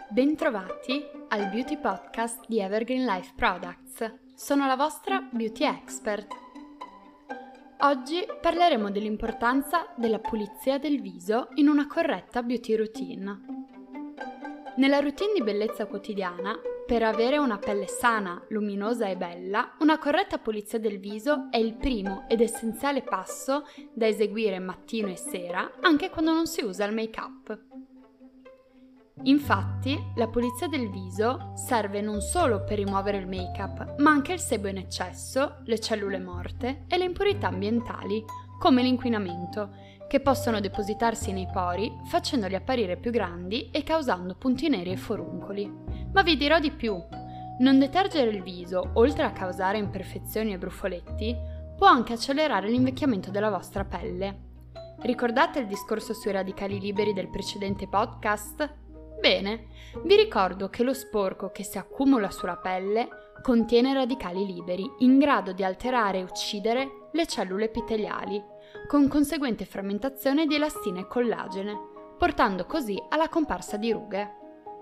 Bentrovati al Beauty Podcast di Evergreen Life Products. Sono la vostra Beauty Expert. Oggi parleremo dell'importanza della pulizia del viso in una corretta beauty routine. Nella routine di bellezza quotidiana, per avere una pelle sana, luminosa e bella, una corretta pulizia del viso è il primo ed essenziale passo da eseguire mattino e sera, anche quando non si usa il make-up. Infatti, la pulizia del viso serve non solo per rimuovere il make-up, ma anche il sebo in eccesso, le cellule morte e le impurità ambientali, come l'inquinamento, che possono depositarsi nei pori facendoli apparire più grandi e causando punti neri e foruncoli. Ma vi dirò di più. Non detergere il viso, oltre a causare imperfezioni e brufoletti, può anche accelerare l'invecchiamento della vostra pelle. Ricordate il discorso sui radicali liberi del precedente podcast? Bene, vi ricordo che lo sporco che si accumula sulla pelle contiene radicali liberi in grado di alterare e uccidere le cellule epiteliali, con conseguente frammentazione di elastina e collagene, portando così alla comparsa di rughe.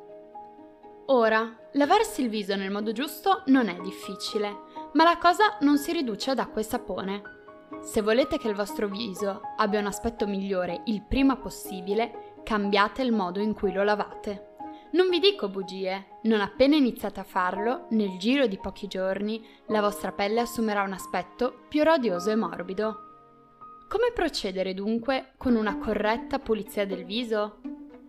Ora, lavarsi il viso nel modo giusto non è difficile, ma la cosa non si riduce ad acqua e sapone. Se volete che il vostro viso abbia un aspetto migliore il prima possibile, cambiate il modo in cui lo lavate. Non vi dico bugie, non appena iniziate a farlo, nel giro di pochi giorni la vostra pelle assumerà un aspetto più radioso e morbido. Come procedere dunque con una corretta pulizia del viso?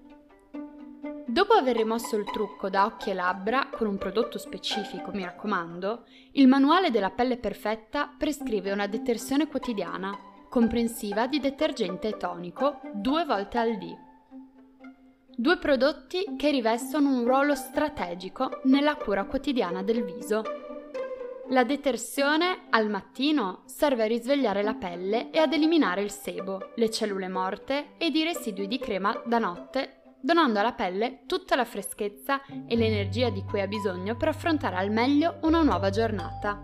Dopo aver rimosso il trucco da occhi e labbra con un prodotto specifico, mi raccomando, il manuale della pelle perfetta prescrive una detersione quotidiana, comprensiva di detergente e tonico 2 volte al dì. 2 prodotti che rivestono un ruolo strategico nella cura quotidiana del viso. La detersione al mattino serve a risvegliare la pelle e ad eliminare il sebo, le cellule morte ed i residui di crema da notte, donando alla pelle tutta la freschezza e l'energia di cui ha bisogno per affrontare al meglio una nuova giornata.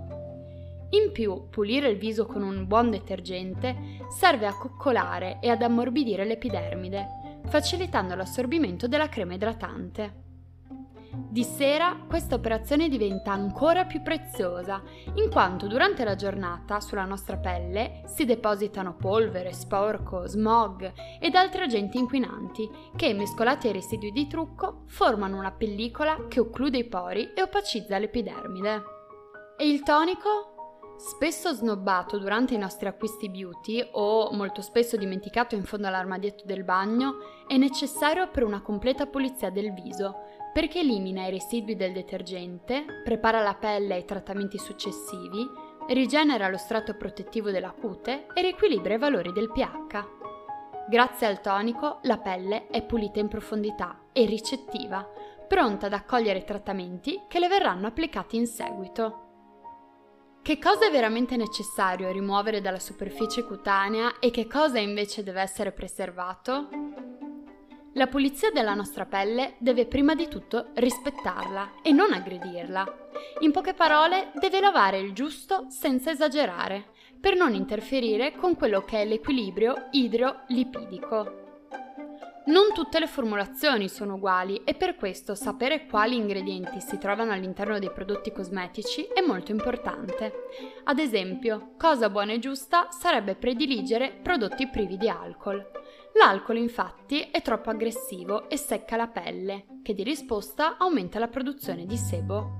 In più, pulire il viso con un buon detergente serve a coccolare e ad ammorbidire l'epidermide, facilitando l'assorbimento della crema idratante. Di sera questa operazione diventa ancora più preziosa, in quanto durante la giornata sulla nostra pelle si depositano polvere, sporco, smog ed altri agenti inquinanti che, mescolati ai residui di trucco, formano una pellicola che occlude i pori e opacizza l'epidermide. E il tonico? Spesso snobbato durante i nostri acquisti beauty o molto spesso dimenticato in fondo all'armadietto del bagno, è necessario per una completa pulizia del viso, perché elimina i residui del detergente, prepara la pelle ai trattamenti successivi, rigenera lo strato protettivo della cute e riequilibra i valori del pH. Grazie al tonico la pelle è pulita in profondità e ricettiva, pronta ad accogliere i trattamenti che le verranno applicati in seguito. Che cosa è veramente necessario rimuovere dalla superficie cutanea e che cosa invece deve essere preservato? La pulizia della nostra pelle deve prima di tutto rispettarla e non aggredirla. In poche parole, deve lavare il giusto senza esagerare, per non interferire con quello che è l'equilibrio idro-lipidico. Non tutte le formulazioni sono uguali e per questo sapere quali ingredienti si trovano all'interno dei prodotti cosmetici è molto importante. Ad esempio, cosa buona e giusta sarebbe prediligere prodotti privi di alcol. L'alcol infatti è troppo aggressivo e secca la pelle, che di risposta aumenta la produzione di sebo.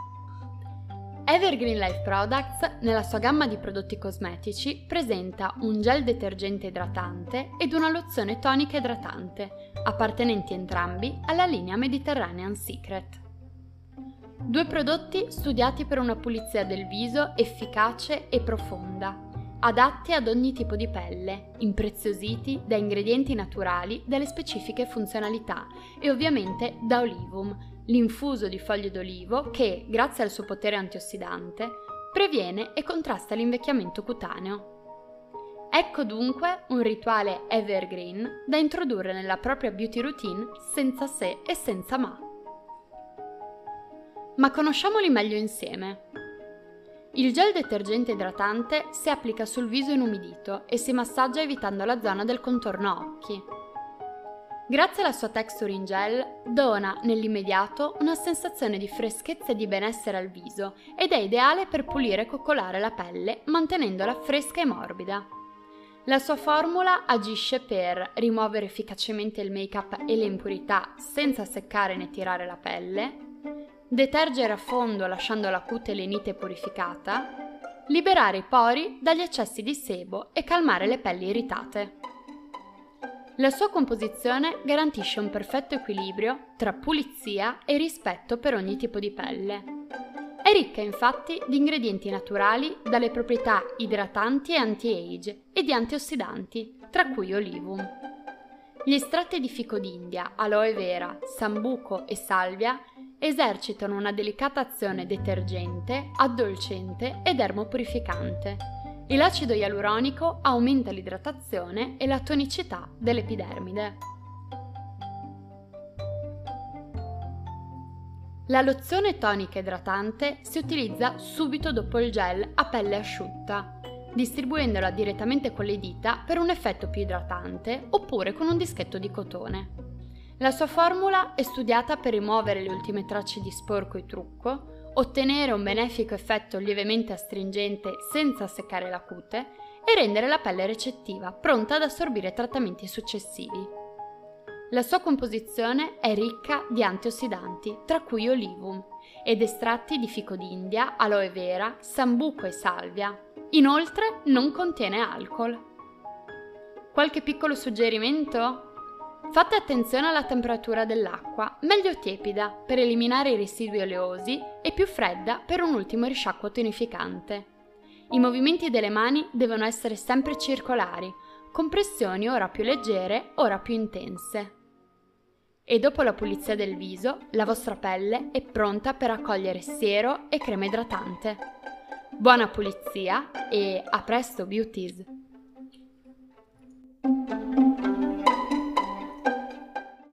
Evergreen Life Products, nella sua gamma di prodotti cosmetici, presenta un gel detergente idratante ed una lozione tonica idratante, appartenenti entrambi alla linea Mediterranean Secret. 2 prodotti studiati per una pulizia del viso efficace e profonda, adatti ad ogni tipo di pelle, impreziositi da ingredienti naturali dalle specifiche funzionalità e ovviamente da Olivum, l'infuso di foglie d'olivo che, grazie al suo potere antiossidante, previene e contrasta l'invecchiamento cutaneo. Ecco dunque un rituale evergreen da introdurre nella propria beauty routine senza se e senza ma. Ma conosciamoli meglio insieme. Il gel detergente idratante si applica sul viso inumidito e si massaggia evitando la zona del contorno occhi. Grazie alla sua texture in gel, dona nell'immediato una sensazione di freschezza e di benessere al viso ed è ideale per pulire e coccolare la pelle mantenendola fresca e morbida. La sua formula agisce per rimuovere efficacemente il make-up e le impurità senza seccare né tirare la pelle, detergere a fondo lasciando la cute lenita e purificata, liberare i pori dagli eccessi di sebo e calmare le pelli irritate. La sua composizione garantisce un perfetto equilibrio tra pulizia e rispetto per ogni tipo di pelle. È ricca infatti di ingredienti naturali dalle proprietà idratanti e anti-age e di antiossidanti, tra cui olivum. Gli estratti di fico d'India, aloe vera, sambuco e salvia esercitano una delicata azione detergente, addolcente ed ermopurificante. E l'acido ialuronico aumenta l'idratazione e la tonicità dell'epidermide. La lozione tonica idratante si utilizza subito dopo il gel a pelle asciutta, distribuendola direttamente con le dita per un effetto più idratante oppure con un dischetto di cotone. La sua formula è studiata per rimuovere le ultime tracce di sporco e trucco, ottenere un benefico effetto lievemente astringente senza seccare la cute e rendere la pelle recettiva, pronta ad assorbire trattamenti successivi. La sua composizione è ricca di antiossidanti, tra cui olivum, ed estratti di fico d'India, aloe vera, sambuco e salvia. Inoltre non contiene alcol. Qualche piccolo suggerimento? Fate attenzione alla temperatura dell'acqua, meglio tiepida per eliminare i residui oleosi e più fredda per un ultimo risciacquo tonificante. I movimenti delle mani devono essere sempre circolari, con pressioni ora più leggere, ora più intense. E dopo la pulizia del viso, la vostra pelle è pronta per accogliere siero e crema idratante. Buona pulizia e a presto, beauties!